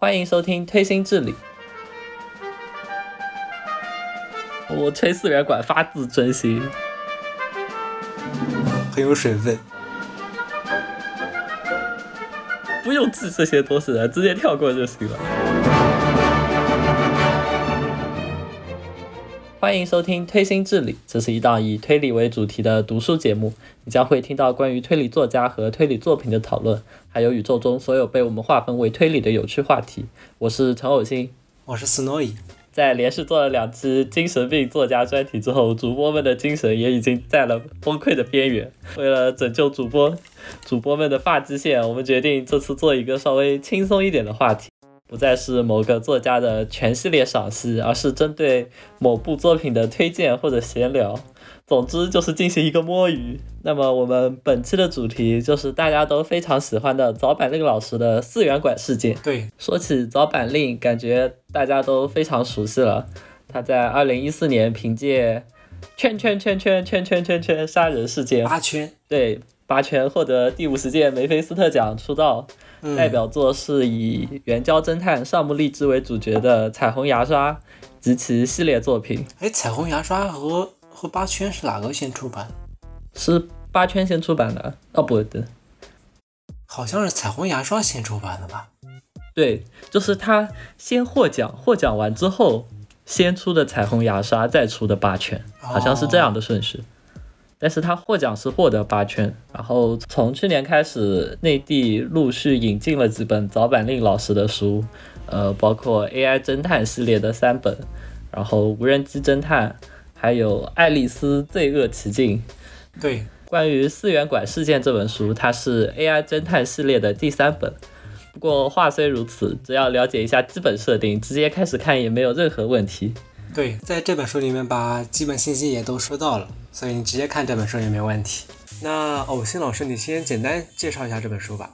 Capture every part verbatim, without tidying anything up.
欢迎收听推心置理。我吹四元馆发自真心， 很有水分。 不用记这些东西了，直接跳过就行了。欢迎收听推心置理，这是一档以推理为主题的读书节目，你将会听到关于推理作家和推理作品的讨论，还有宇宙中所有被我们划分为推理的有趣话题。我是陈偶星， 我是 Snowy。 在连续做了两期精神病作家专题之后，主播们的精神也已经在了崩溃的边缘。为了拯救主播主播们的发际线，我们决定这次做一个稍微轻松一点的话题，不再是某个作家的全系列赏析，而是针对某部作品的推荐或者闲聊。总之就是进行一个摸鱼。那么我们本期的主题就是大家都非常喜欢的早坂令老师的四元馆事件。 对， 说起早坂令，感觉大家都非常熟悉了。他在二零一四年凭借圈圈圈圈圈圈圈圈杀人事件八圈， 对八圈获得第五十届梅菲斯特奖出道。 嗯、 代表作是以援交侦探上木利之为主角的彩虹牙刷及其系列作品。 哎，彩虹牙刷和和八圈是哪个先出版？ 是八圈先出版的。哦，不对， 好像是彩虹牙刷先出版的吧？ 对，就是他先获奖，获奖完之后先出的彩虹牙刷，再出的八圈，好像是这样的顺序。哦，但是他获奖是获得八圈，然后从去年开始，内地陆续引进了几本早坂令老师的书，呃，包括 A I 侦探系列的三本，然后无人机侦探，还有爱丽丝罪恶奇境。 对， 关于四元馆事件这本书，它是 A I 侦探系列的第三本。不过话虽如此，只要了解一下基本设定，直接开始看也没有任何问题。 对，在这本书里面把基本信息也都说到了，所以你直接看这本书也没问题。那偶星老师，你先简单介绍一下这本书吧。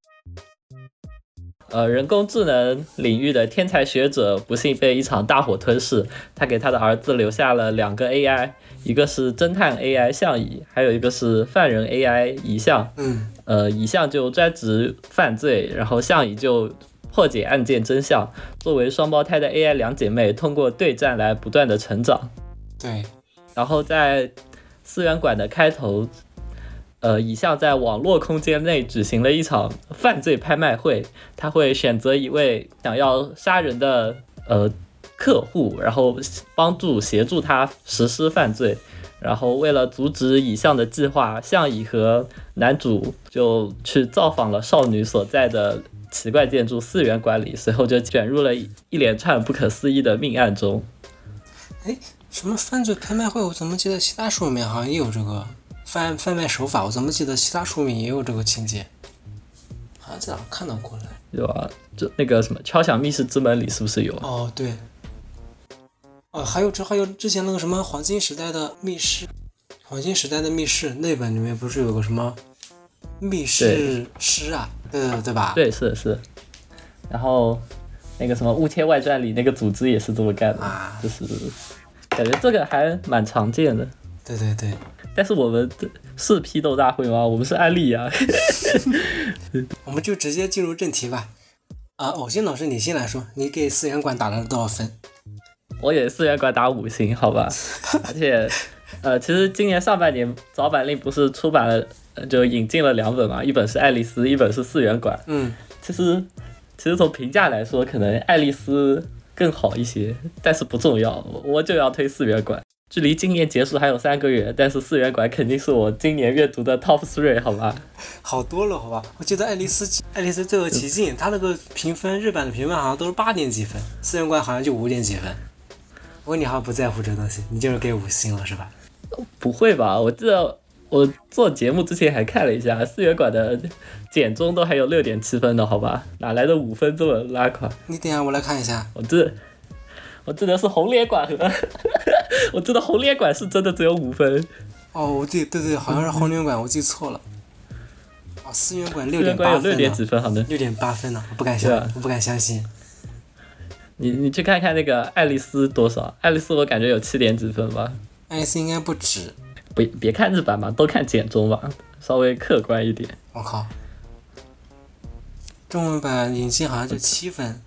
呃，人工智能领域的天才学者不幸被一场大火吞噬，他给他的儿子留下了两个 A I， 一个是侦探 A I 相乙，还有一个是犯人 A I 乙相。 嗯， 呃，乙相就专职犯罪，然后相乙就破解案件真相。作为双胞胎的 A I 两姐妹，通过对战来不断的成长。 对， 然后在四元馆的开头，呃，乙相在网络空间内举行了一场犯罪拍卖会，他会选择一位想要杀人的呃客户，然后帮助协助他实施犯罪。然后为了阻止乙相的计划，相乙和男主就去造访了少女所在的奇怪建筑四元馆里，随后就卷入了一连串不可思议的命案中。 哎，什么犯罪拍卖会？我怎么记得其他书里面好像也有这个贩贩卖手法？我怎么记得其他书里面也有这个情节？好像在哪看到过来？ 有啊，就那个什么敲响密室之门里是不是有啊？ 哦，对。哦，还有这还有之前那个什么黄金时代的密室，黄金时代的密室那本里面不是有个什么密室师啊？对对对吧？ 对，是是。然后那个什么《雾贴外传》里那个组织也是这么干的，啊、就是感觉这个还蛮常见的。 对对对。 但是我们是批斗大会吗？我们是案例啊。 我们就直接进入正题吧。啊，偶星老师，你先来说，你给四元馆打了多少分？ 我给四元馆打五星，好吧。而且，呃，其实今年上半年早坂令不是出版了，就引进了两本嘛，一本是爱丽丝，一本是四元馆。 嗯， 其实，其实从评价来说，可能爱丽丝更好一些，但是不重要，我就要推四元馆。距离今年结束还有三个月，但是四元馆肯定是我今年阅读的 top three， 好吧？ 好多了，好吧？我记得爱丽丝，爱丽丝罪恶奇境，它那个评分，日版的评分好像都是八点几分，四元馆好像就五点几分。不过你好像不在乎这东西，你就是给五星了是吧？ 不会吧？我记得我做节目之前还看了一下，四元馆的简中都还有六点七分的，好吧？哪来的五分这么拉垮？ 你等一下我来看一下， 我记我记得是红脸馆和我记得红脸馆是真的只有五分。 哦，我记对对，好像是红脸馆，我记错了。哦，四元馆六点八分呢。 六点几分好像。 六点八分呢，我不敢相，我不敢相信。 你你去看看那个爱丽丝多少？爱丽丝我感觉有七点几分吧。 爱丽丝应该不止。 别别看日版嘛，都看简中吧，稍微客观一点。 我靠，中文版引进好像就七分，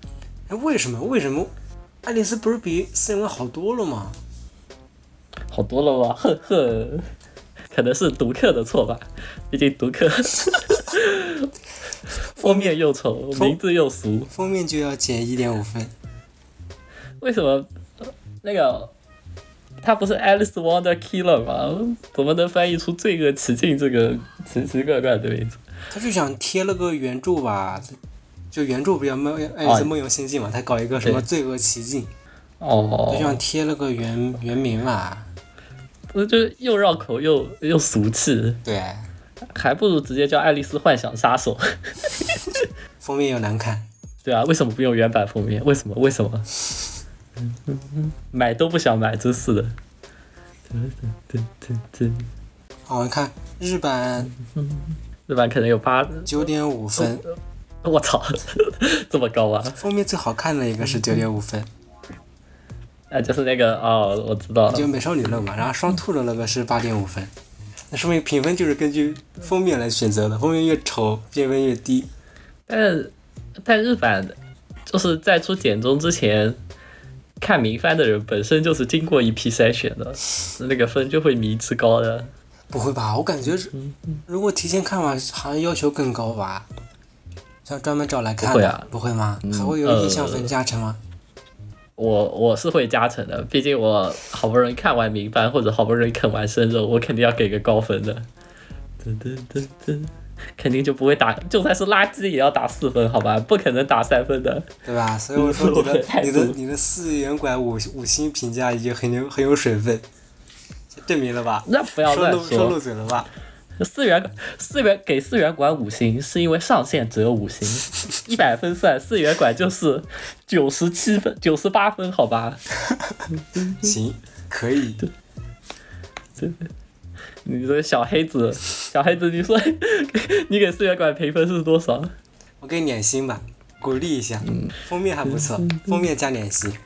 哎，为什么？为什么爱丽丝不是比四人馆好多了吗？ 好多了吧？呵呵，可能是读客的错吧，毕竟读客封面又丑，名字又俗， 封面就要减一点五分。 为什么那个他不是 Alice Wonder Killer 吗？怎么能翻译出罪恶奇境这个奇奇怪怪的名字？ 他就想贴了个原著吧，就原著不叫梦《爱丽丝梦游仙境》嘛，他搞一个什么罪恶奇境， 哦， 就想贴了个原原名嘛， 那就又绕口又又俗气， 对， 还不如直接叫《爱丽丝幻想杀手》。 封面又难看， 对啊，为什么不用原版封面？为什么？为什么？买都不想买，真是的。 好，我看日版， 日版可能有八九点五分。 我操，这么高啊！ 封面最好看的一个是九点五分， 啊，就是那个哦，我知道了， 就美少女乐嘛，然后双兔的那个是八点五分，那说明评分就是根据封面来选择的，封面越丑评分越低。 但但日版就是在出简中之前，看明番的人本身就是经过一批筛选的，那个分就会迷之高的。 不会吧？我感觉如果提前看完，好像要求更高吧？像专门找来看的，不会啊，不会吗？还会有印象分加成吗？ 呃、我我是会加成的，毕竟我好不容易看完明番或者好不容易啃完生肉，我肯定要给个高分的。噔噔噔噔，肯定就不会打，就算是垃圾也要打四分，好吧？不可能打三分的， 对吧？所以我说你的你的你的四元馆五五星评价已经很有很有水分，证明了吧？ 那不要乱说， 说漏嘴了吧？ 四元四元给四元馆五星，是因为上限只有五星，一百分算四元馆就是九十七分、九十八分，好吧？ 行，可以。 你这个小黑子，小黑子，你说你给四元馆评分是多少？ 我给两星吧，鼓励一下。嗯、封面还不错，封面加两星。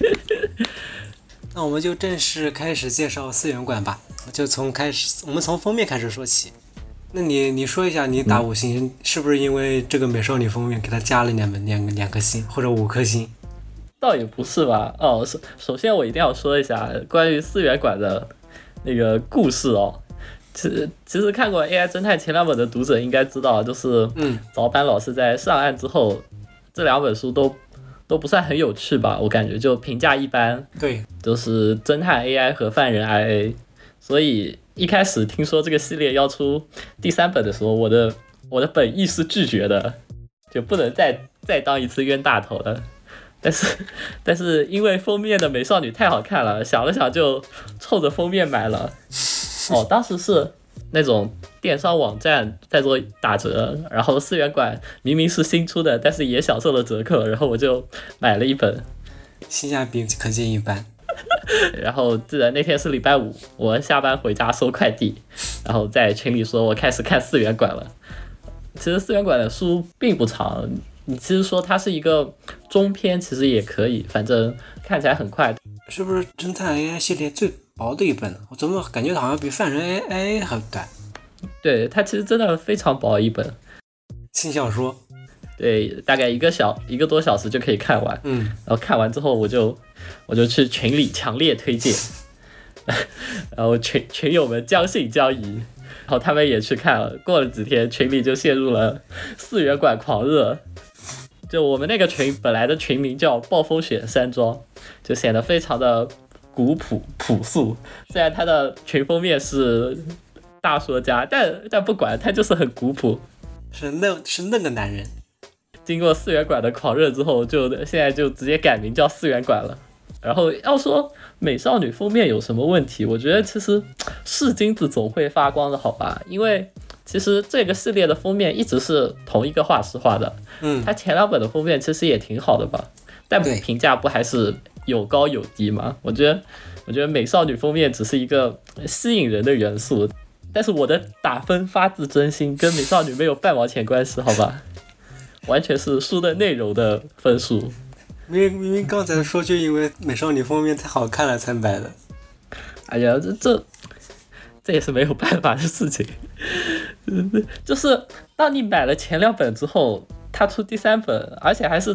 那我们就正式开始介绍四元馆吧，就从开始，我们从封面开始说起。那你你说一下，你打五星、嗯、是不是因为这个美少女封面给它加了两两个两颗星或者五颗星？ 倒也不是吧。哦，首首先我一定要说一下关于四元馆的那个故事哦。其实其实看过 A I 侦探前两本的读者应该知道，就是嗯， 早坂老师在上岸之后，这两本书都。都不算很有趣吧，我感觉就评价一般。 对， 就是侦探 A I 和犯人 I A， 所以一开始听说这个系列要出第三本的时候，我的我的本意是拒绝的，就不能再再当一次冤大头了。但是但是因为封面的美少女太好看了，想了想就冲着封面买了。哦，当时是那种电商网站在做打折，然后四元馆明明是新出的，但是也享受了折扣，然后我就买了一本， 性价比可见一斑。 然后记得那天是礼拜五，我下班回家收快递，然后在群里说我开始看四元馆了。其实四元馆的书并不长，你其实说它是一个中篇其实也可以，反正看起来很快。 是不是侦探 A I 系列最薄的一本？我怎么感觉好像比犯人 A I 还短？ 对，它其实真的非常薄一本， 轻小说。 对，大概一个小一个多小时就可以看完。 嗯， 然后看完之后，我就我就去群里强烈推荐，然后群群友们将信将疑，然后他们也去看了。过了几天，群里就陷入了四元馆狂热。就我们那个群本来的群名叫暴风雪山庄，就显得非常的古朴朴素。虽然他的群封面是大说家，但但不管，他就是很古朴， 是那是那个男人。 经过四元馆的狂热之后，就现在就直接改名叫四元馆了。然后要说美少女封面有什么问题，我觉得其实是金子总会发光的，好吧？因为其实这个系列的封面一直是同一个画师画的， 嗯， 他前两本的封面其实也挺好的吧，但评价不还是有高有低吗？我觉得，我觉得美少女封面只是一个吸引人的元素，但是我的打分发自真心，跟美少女没有半毛钱关系，好吧？完全是书的内容的分数。 明明明刚才说就因为美少女封面太好看了才买的。 哎呀，这这这也是没有办法的事情。就是当你买了前两本之后，他出第三本，而且还是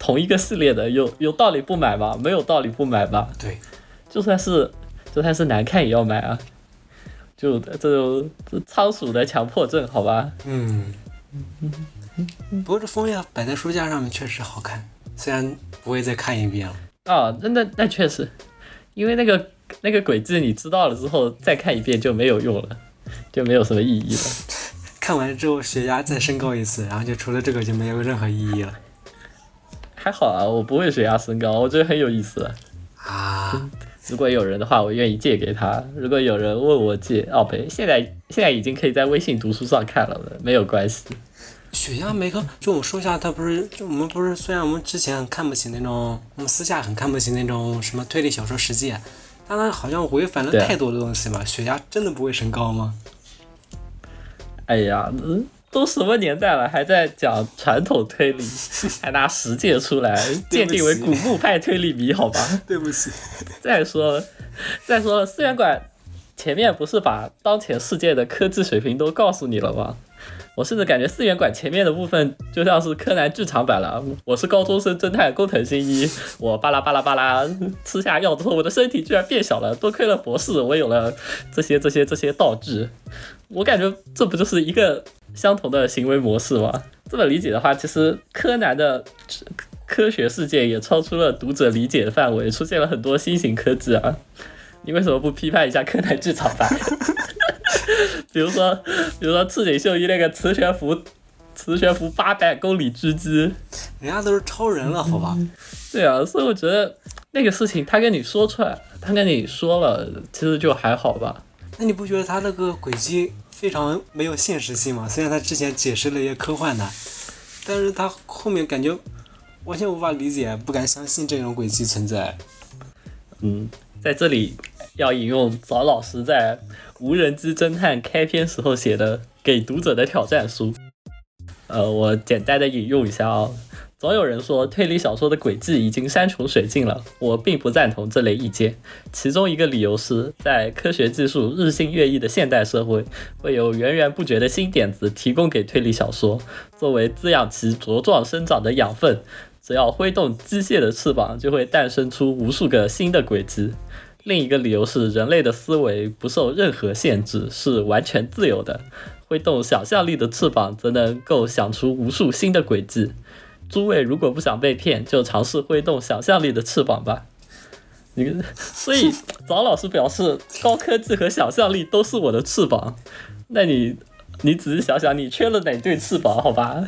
同一个系列的，有有道理不买吗？没有道理不买吧？ 对， 就算是就算是难看也要买啊！就这种仓鼠的强迫症，好吧？ 嗯。不过这封面摆在书架上面确实好看，虽然不会再看一遍了。 啊，那那那确实，因为那个那个轨迹你知道了之后，再看一遍就没有用了，就没有什么意义了。 看完之后血压再升高一次，然后就除了这个就没有任何意义了。 还好啊，我不会血压升高，我觉得很有意思啊。 如果有人的话，我愿意借给他。如果有人问我借，哦不，现在现在已经可以在微信读书上看了，没有关系。 血压没高，就我说一下，他不是，就我们不是，虽然我们之前很看不起那种，我们私下很看不起那种什么推理小说世界，但他好像违反了太多的东西嘛。血压真的不会升高吗？ 哎呀，嗯，都什么年代了，还在讲传统推理，还拿实践出来鉴定为古墓派推理迷，好吧？ 对不起。 再说，再说了，思源馆前面不是把当前世界的科技水平都告诉你了吗？我甚至感觉思源馆前面的部分就像是柯南剧场版了。我是高中生侦探工藤新一，我巴拉巴拉巴拉吃下药之后，我的身体居然变小了，多亏了博士，我有了这些这些这些道具。我感觉这不就是一个相同的行为模式吗？这么理解的话，其实柯南的科学世界也超出了读者理解的范围，出现了很多新型科技啊。你为什么不批判一下柯南剧场版？比如说，比如说赤井秀一那个磁悬浮，磁悬浮八百公里狙击， 人家都是超人了，好吧？ 对啊，所以我觉得那个事情他跟你说出来，他跟你说了，其实就还好吧。 那你不觉得他那个轨迹非常没有现实性吗？虽然他之前解释了一些科幻的，但是他后面感觉完全无法理解，不敢相信这种轨迹存在。 嗯，在这里要引用早老师在《无人机侦探》开篇时候写的给读者的挑战书。呃，我简单的引用一下啊、哦。总有人说推理小说的轨迹已经山穷水尽了，我并不赞同这类意见。其中一个理由是在科学技术日新月异的现代社会，会有源源不绝的新点子提供给推理小说，作为滋养其茁壮生长的养分。只要挥动机械的翅膀，就会诞生出无数个新的轨迹。另一个理由是人类的思维不受任何限制，是完全自由的。挥动想象力的翅膀，则能够想出无数新的轨迹。诸位如果不想被骗，就尝试挥动想象力的翅膀吧。你所以早老师表示，高科技和想象力都是我的翅膀。那你你仔细想想，你缺了哪对翅膀？好吧。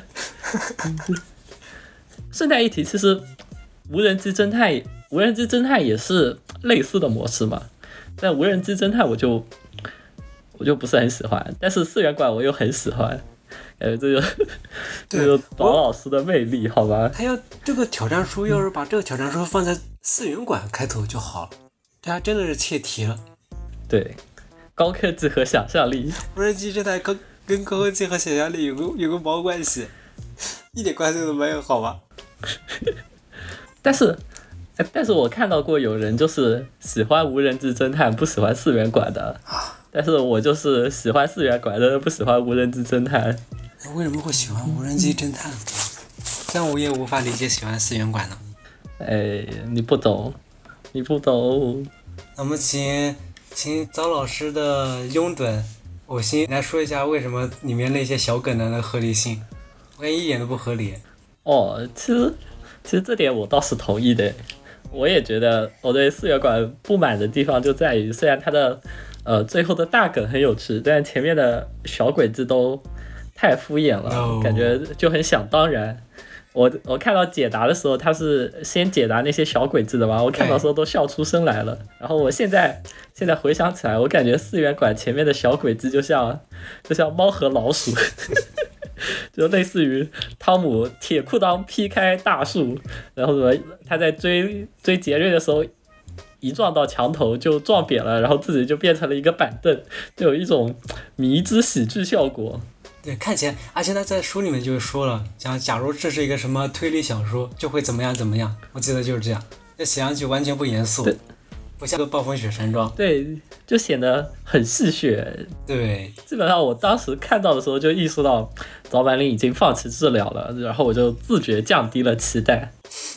顺带一提，其实无人机侦探，无人机侦探也是类似的模式嘛。但无人机侦探我就我就不是很喜欢，但是四元馆我又很喜欢。呃，这就这就早老师的魅力，好吧？ 他要这个挑战书，要是把这个挑战书放在四元馆开头就好了，这还真的是切题了。 对，高科技和想象力， 无人机侦探跟跟高科技和想象力有个有个毛关系？一点关系都没有，好吧？ 但是，但是我看到过有人就是喜欢无人机侦探，不喜欢四元馆的。但是我就是喜欢四元馆的，不喜欢无人机侦探。 为什么会喜欢无人机侦探？但我也无法理解喜欢四元馆呢。 哎，你不懂，你不懂。 那我们请请早老师的拥趸偶心来说一下，为什么里面那些小梗的合理性，我感觉一点都不合理。 哦，其实其实这点我倒是同意的。我也觉得我对四元馆不满的地方就在于，虽然它的呃最后的大梗很有趣，但前面的小轨迹都太敷衍了， no. 感觉就很想当然。我我看到解答的时候，他是先解答那些小轨迹的嘛，我看到时候都笑出声来了。然后我现在现在回想起来，我感觉四元馆前面的小轨迹就像就像猫和老鼠。就类似于汤姆铁裤裆劈开大树，然后什么他在追追杰瑞的时候一撞到墙头就撞扁了，然后自己就变成了一个板凳，就有一种迷之喜剧效果。 对，看起来，而且他在书里面就说了，讲假如这是一个什么推理小说，就会怎么样怎么样。我记得就是这样，这写上去完全不严肃，不像个暴风雪山庄。 对，就显得很戏谑。 对， 基本上我当时看到的时候就意识到早坂绫已经放弃治疗了，然后我就自觉降低了期待。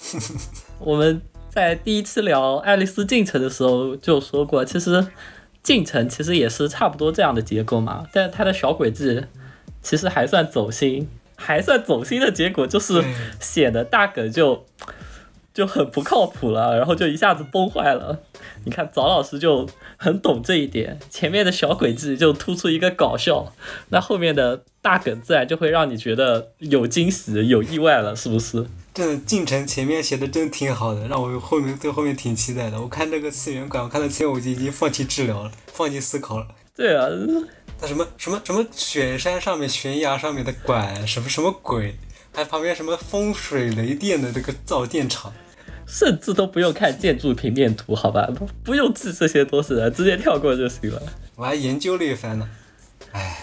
我们在第一次聊《爱丽丝进城》的时候就说过，其实进城其实也是差不多这样的结构嘛，但是它的小轨迹其实还算走心，还算走心的结果就是显得大梗就就很不靠谱了，然后就一下子崩坏了。你看早老师就很懂这一点，前面的小轨迹就突出一个搞笑，那后面的大梗自然就会让你觉得有惊喜有意外了，是不是？ 真的进城前面写的真挺好的，让我后面对后面挺期待的。我看这个次元馆，我看到前面我就已经放弃治疗了，放弃思考了。 对啊， 那什么什么什么雪山上面悬崖上面的馆，什么什么鬼，还旁边什么风水雷电的这个造电厂， 甚至都不用看建筑平面图，好吧，不用记这些东西了，直接跳过就行了。 我还研究了一番呢，唉，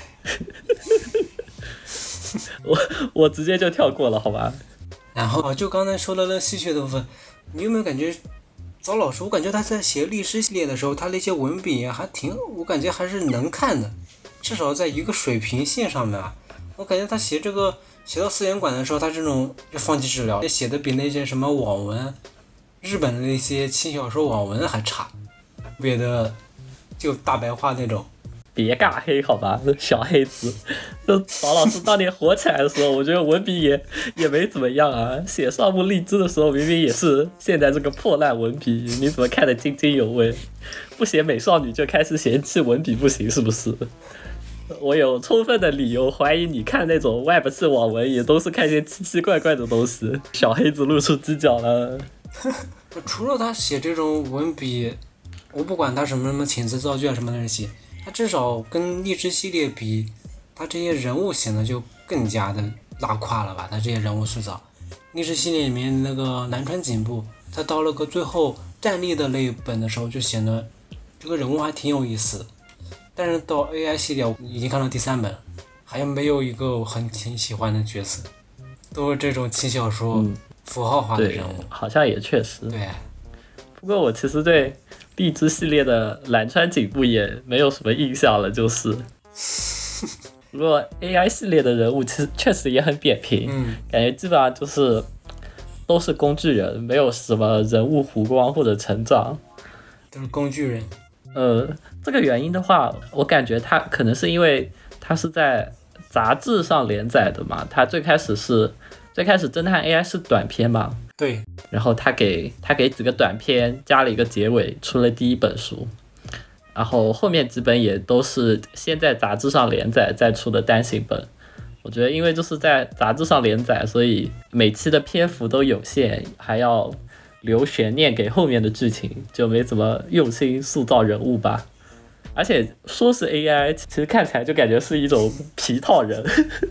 我我直接就跳过了，好吧。 然后就刚才说的那戏谑的部分，你有没有感觉早老师？我感觉他在写历史系列的时候，他那些文笔还挺，我感觉还是能看的，至少在一个水平线上面啊。我感觉他写这个写到四元馆的时候，他这种就放弃治疗，写的比那些什么网文，日本的那些轻小说网文还差，别的就大白话那种。 别尬黑好吧，小黑子。就早老师当年火起来的时候，我觉得文笔也也没怎么样啊。写少木荔枝的时候，明明也是现在这个破烂文笔，你怎么看得津津有味？不写美少女就开始嫌弃文笔不行，是不是？我有充分的理由怀疑你看那种 Web 四网文也都是看些奇奇怪怪的东西。小黑子露出犄角了。 除了他写这种文笔，我不管他什么什么遣词造句啊什么的东西，他至少跟励志系列比，他这些人物显得就更加的拉胯了吧？他这些人物塑造，励志系列里面那个南川景部，他到了个最后站立的那一本的时候，就显得这个人物还挺有意思的。但是到 A I 系列，我已经看到第三本，还没有一个我很挺喜欢的角色，都是这种轻小说符号化的人物。 对，好像也确实。 对。 不过我其实对荔枝系列的蓝川景部也没有什么印象了，就是。不过 A I 系列的人物其实确实也很扁平， 嗯， 感觉基本上就是都是工具人，没有什么人物弧光或者成长， 都是工具人。 呃，这个原因的话，我感觉它可能是因为它是在杂志上连载的嘛，它最开始是最开始侦探 A I 是短篇嘛， 对， 然后他给他给几个短篇加了一个结尾，出了第一本书，然后后面几本也都是先在杂志上连载再出的单行本。我觉得因为就是在杂志上连载，所以每期的篇幅都有限，还要留悬念给后面的剧情，就没怎么用心塑造人物吧。而且说是 A I， 其实看起来就感觉是一种皮套人。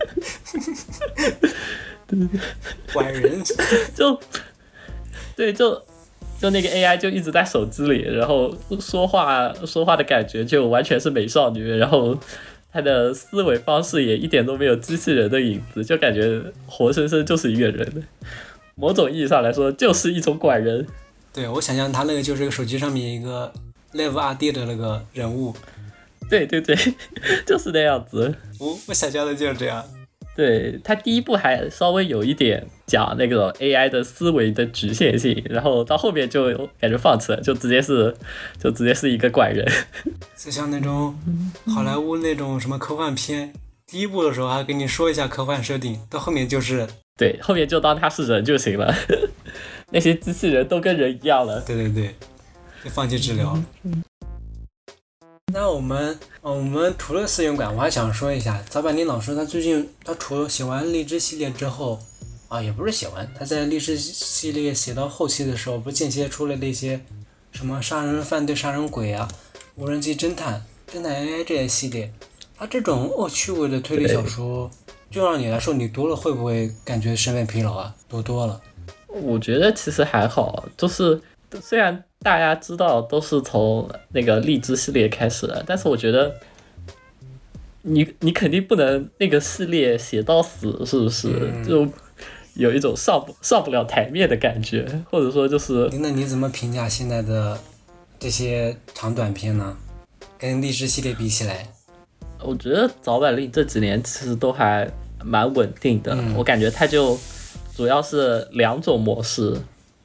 怪人就对，就就那个 A I 就一直在手机里，然后说话说话的感觉就完全是美少女，然后他的思维方式也一点都没有机器人的影子，就感觉活生生就是一个人。某种意义上来说，就是一种怪人。 对，我想象他那个就是个手机上面一个 Live 二 D 的那个人物。 对对对，就是那样子。 我我想象的就是这样。 对，他第一部还稍微有一点讲那个 A I 的思维的局限性，然后到后面就感觉放弃了，就直接是就直接是一个怪人。 就像那种好莱坞那种什么科幻片，第一部的时候还跟你说一下科幻设定，到后面就是对，后面就当他是人就行了。那些机器人都跟人一样了。 对对对，就放弃治疗。那我们，我们除了四元馆，我还想说一下，早坂林老师他最近他除了写完励志系列之后，啊，也不是写完，他在励志系列写到后期的时候，不间接出了那些什么杀人犯对杀人鬼啊、无人机侦探、侦探 A I 这些系列，他这种恶趣味的推理小说，就让你来说，你读了会不会感觉审美疲劳啊？读多了？ 我觉得其实还好，就是虽然大家知道都是从那个励志系列开始的，但是我觉得你你肯定不能那个系列写到死，是不是？ 嗯、 就有一种上不上不了台面的感觉，或者说就是…… 那你怎么评价现在的这些长短篇呢？跟励志系列比起来， 我觉得早坂令这几年其实都还蛮稳定的，嗯、我感觉它就主要是两种模式。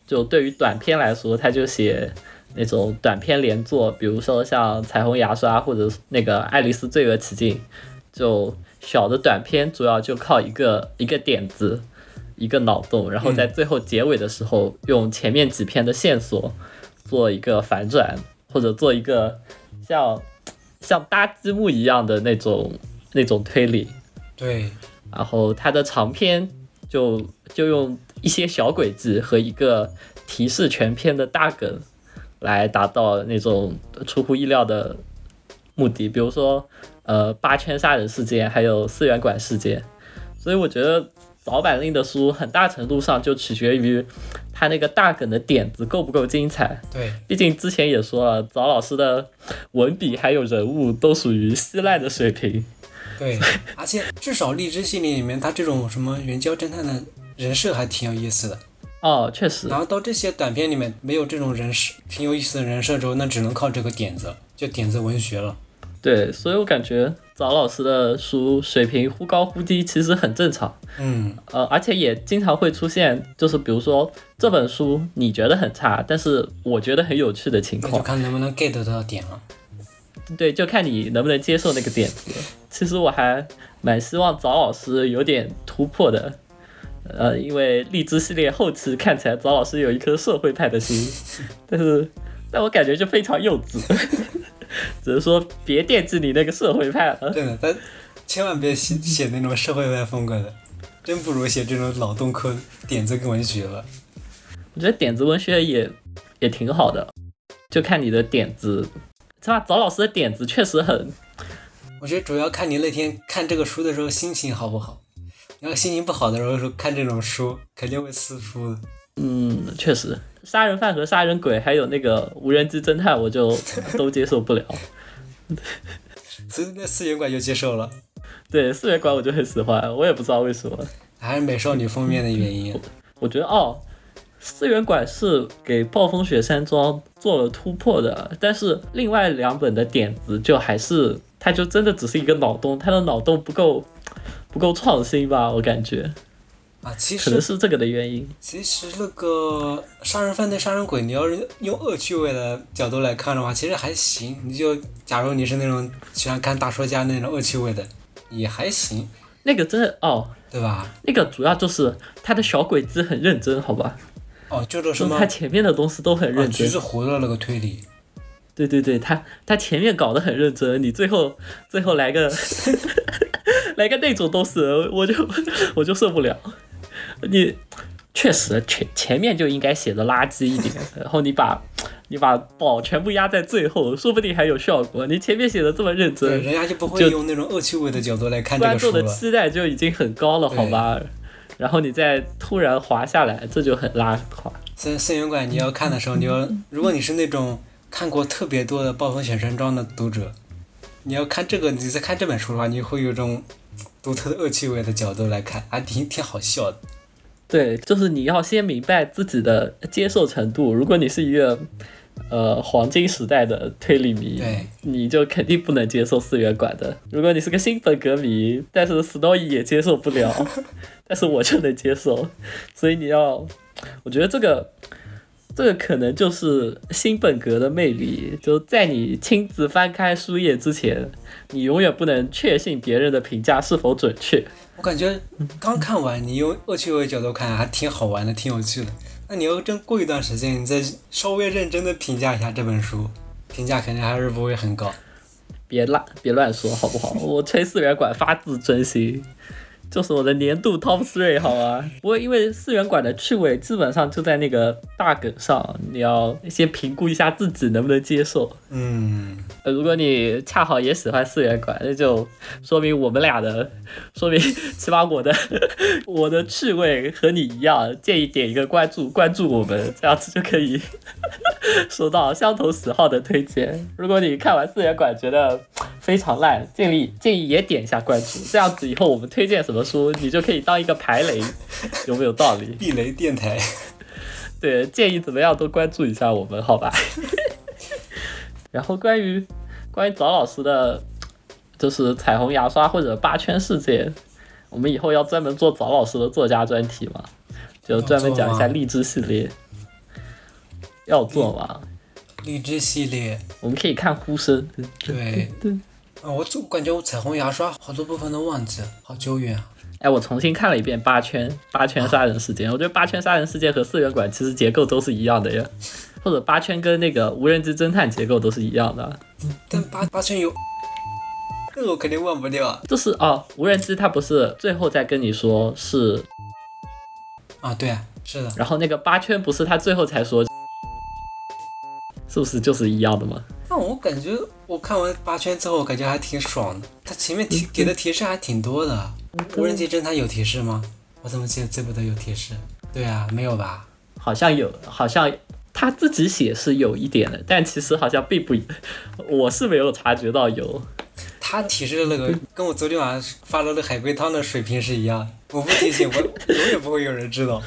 就对于短篇来说，他就写那种短篇连作，比如说像彩虹牙刷或者那个爱丽丝罪恶奇境，就小的短篇主要就靠一个一个点子一个脑洞，然后在最后结尾的时候用前面几篇的线索做一个反转，或者做一个像像搭积木一样的那种那种推理。 对， 然后它的长篇就就用一些小轨迹和一个提示全篇的大梗来达到那种出乎意料的目的，比如说呃八圈杀人事件，还有四元馆事件。所以我觉得早坂令的书很大程度上就取决于他那个大梗的点子够不够精彩。 对， 毕竟之前也说了，早老师的文笔还有人物都属于稀烂的水平。 对，而且至少荔枝系列里面，他这种什么援交侦探的人设还挺有意思的。 哦，确实。 然后到这些短片里面没有这种人设挺有意思的人设之后，那只能靠这个点子，就点子文学了。 对，所以我感觉早老师的书水平忽高忽低，其实很正常。 嗯， 呃，而且也经常会出现，就是比如说这本书你觉得很差，但是我觉得很有趣的情况。 那就看能不能 get 到点了。 对，就看你能不能接受那个点子。其实我还蛮希望早老师有点突破的，呃，因为荔枝系列后期看起来早老师有一颗社会派的心，但是但我感觉就非常幼稚。只是说别惦记你那个社会派了。 真的，但千万别写写那种社会派风格的，真不如写这种脑洞科点子文学了。 我觉得点子文学也也挺好的，就看你的点子。是吧？早老师的点子确实很， 我觉得主要看你那天看这个书的时候心情好不好。要心情不好的时候看这种书，肯定会撕书的。 嗯，确实，杀人犯和杀人鬼，还有那个无人机侦探，我就都接受不了。 所以那四元馆就接受了。 对，四元馆我就很喜欢，我也不知道为什么， 还是美少女封面的原因。 我, 我觉得哦。四元馆是给暴风雪山庄做了突破的，但是另外两本的点子就还是，它就真的只是一个脑洞，它的脑洞不够不够创新吧，我感觉啊，其实可能是这个的原因。 其实那个杀人犯对杀人鬼，你要是用恶趣味的角度来看的话，其实还行。你就假如你是那种喜欢看大说家那种恶趣味的，也还行。 那个真的哦， 对吧？ 那个主要就是他的小鬼子很认真，好吧？ 哦，就是什么？ 他前面的东西都很认真。 橘子湖的那个推理。 对对对，他他前面搞得很认真，你最后最后来个来个那种东西，我就我就受不了。你确实前前面就应该写的垃圾一点，然后你把你把宝全部压在最后，说不定还有效果。你前面写的这么认真， 对，人家就不会用那种恶趣味的角度来看这个书了。 观众的期待就已经很高了，好吧？然后你再突然滑下来，这就很拉垮。 森森元馆你要看的时候，你要如果你是那种看过特别多的暴风雪山庄的读者，你要看这个，你在看这本书的话，你会有种独特的恶趣味的角度来看，还挺挺好笑的。 对，就是你要先明白自己的接受程度。如果你是一个呃黄金时代的推理迷，你就肯定不能接受四元馆的。如果你是个新本格迷，但是 Snowy 也接受不了，但是我就能接受。所以你要，我觉得这个这个可能就是新本格的魅力，就在你亲自翻开书页之前，你永远不能确信别人的评价是否准确。 我感觉刚看完，你用恶趣味角度看还挺好玩的，挺有趣的。那你要真过一段时间，你再稍微认真的评价一下这本书，评价肯定还是不会很高。 别乱别乱说好不好？我吹四元馆发自真心，就是我的年度 top three 好啊。不过因为四元馆的趣味基本上就在那个大梗上，你要先评估一下自己能不能接受。 嗯， 呃，如果你恰好也喜欢四元馆，那就说明我们俩的，说明起码我的我的趣味和你一样，建议点一个关注，关注我们，这样子就可以收到相同喜好的推荐。如果你看完四元馆觉得非常烂，建议建议也点一下关注，这样子以后我们推荐什么书，你就可以当一个排雷，有没有道理？ 避雷电台。 对，建议怎么样都关注一下我们，好吧？然后关于关于早老师的，就是彩虹牙刷或者八圈世界，我们以后要专门做早老师的作家专题嘛，就专门讲一下荔枝系列。 要做嘛。 荔枝系列， 我们可以看呼声。 对对。 啊，我总感觉我彩虹牙刷好多部分都忘记了，好久远啊。 哎，我重新看了一遍八圈八圈杀人事件，啊、我觉得八圈杀人事件和四元馆其实结构都是一样的呀，或者八圈跟那个无人机侦探结构都是一样的。 但八八圈有，这个我肯定忘不掉。 就是哦，无人机它不是最后再跟你说是啊，对啊，是的。 然后那个八圈不是他最后才说，是不是就是一样的吗？ 那我感觉我看完八圈之后，感觉还挺爽的。他前面提给的提示还挺多的。无人机侦探有提示吗？我怎么记得这部都有提示？对啊，没有吧？ 好像有，好像他自己写是有一点的，但其实好像并不，我是没有察觉到有。 他提示的那个跟我昨天晚上发了的海龟汤的水平是一样的，我不提醒我永远不会有人知道。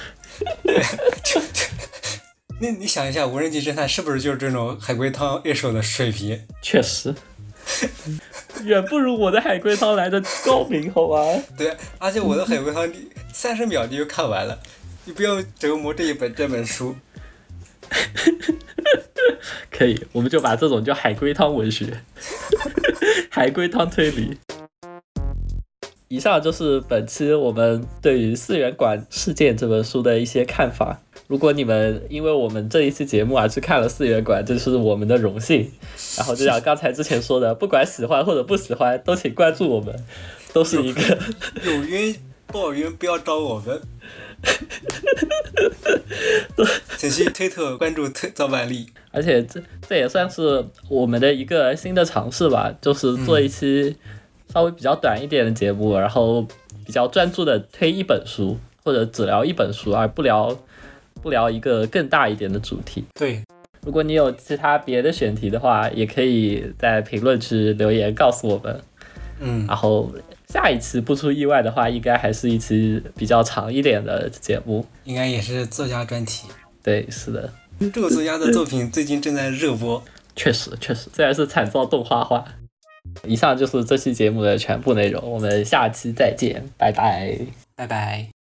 那你想一下，无人机侦探是不是就是这种海龟汤一手的水平？ 确实。远不如我的海龟汤来的高明，好吧？ 对，而且我的海龟汤三十秒你就看完了，你不要折磨这一本这本书。 可以，我们就把这种叫海龟汤文学，海龟汤推理。以上就是本期我们对于《四元馆事件》这本书的一些看法。如果你们因为我们这一期节目而去看了四元馆，这是我们的荣幸。然后就像刚才之前说的，不管喜欢或者不喜欢，都请关注我们，都是一个有冤报冤，不要找我们。请去推特关注推早晚力。 而且这这也算是我们的一个新的尝试吧，就是做一期稍微比较短一点的节目，然后比较专注的推一本书，或者只聊一本书，而不聊不聊一个更大一点的主题。 对， 如果你有其他别的选题的话，也可以在评论区留言告诉我们。 嗯， 然后下一期不出意外的话，应该还是一期比较长一点的节目， 应该也是作家专题。 对，是的， 这个作家的作品最近正在热播。 确实确实，虽然是惨遭动画化。以上就是这期节目的全部内容，我们下期再见，拜拜， 拜拜。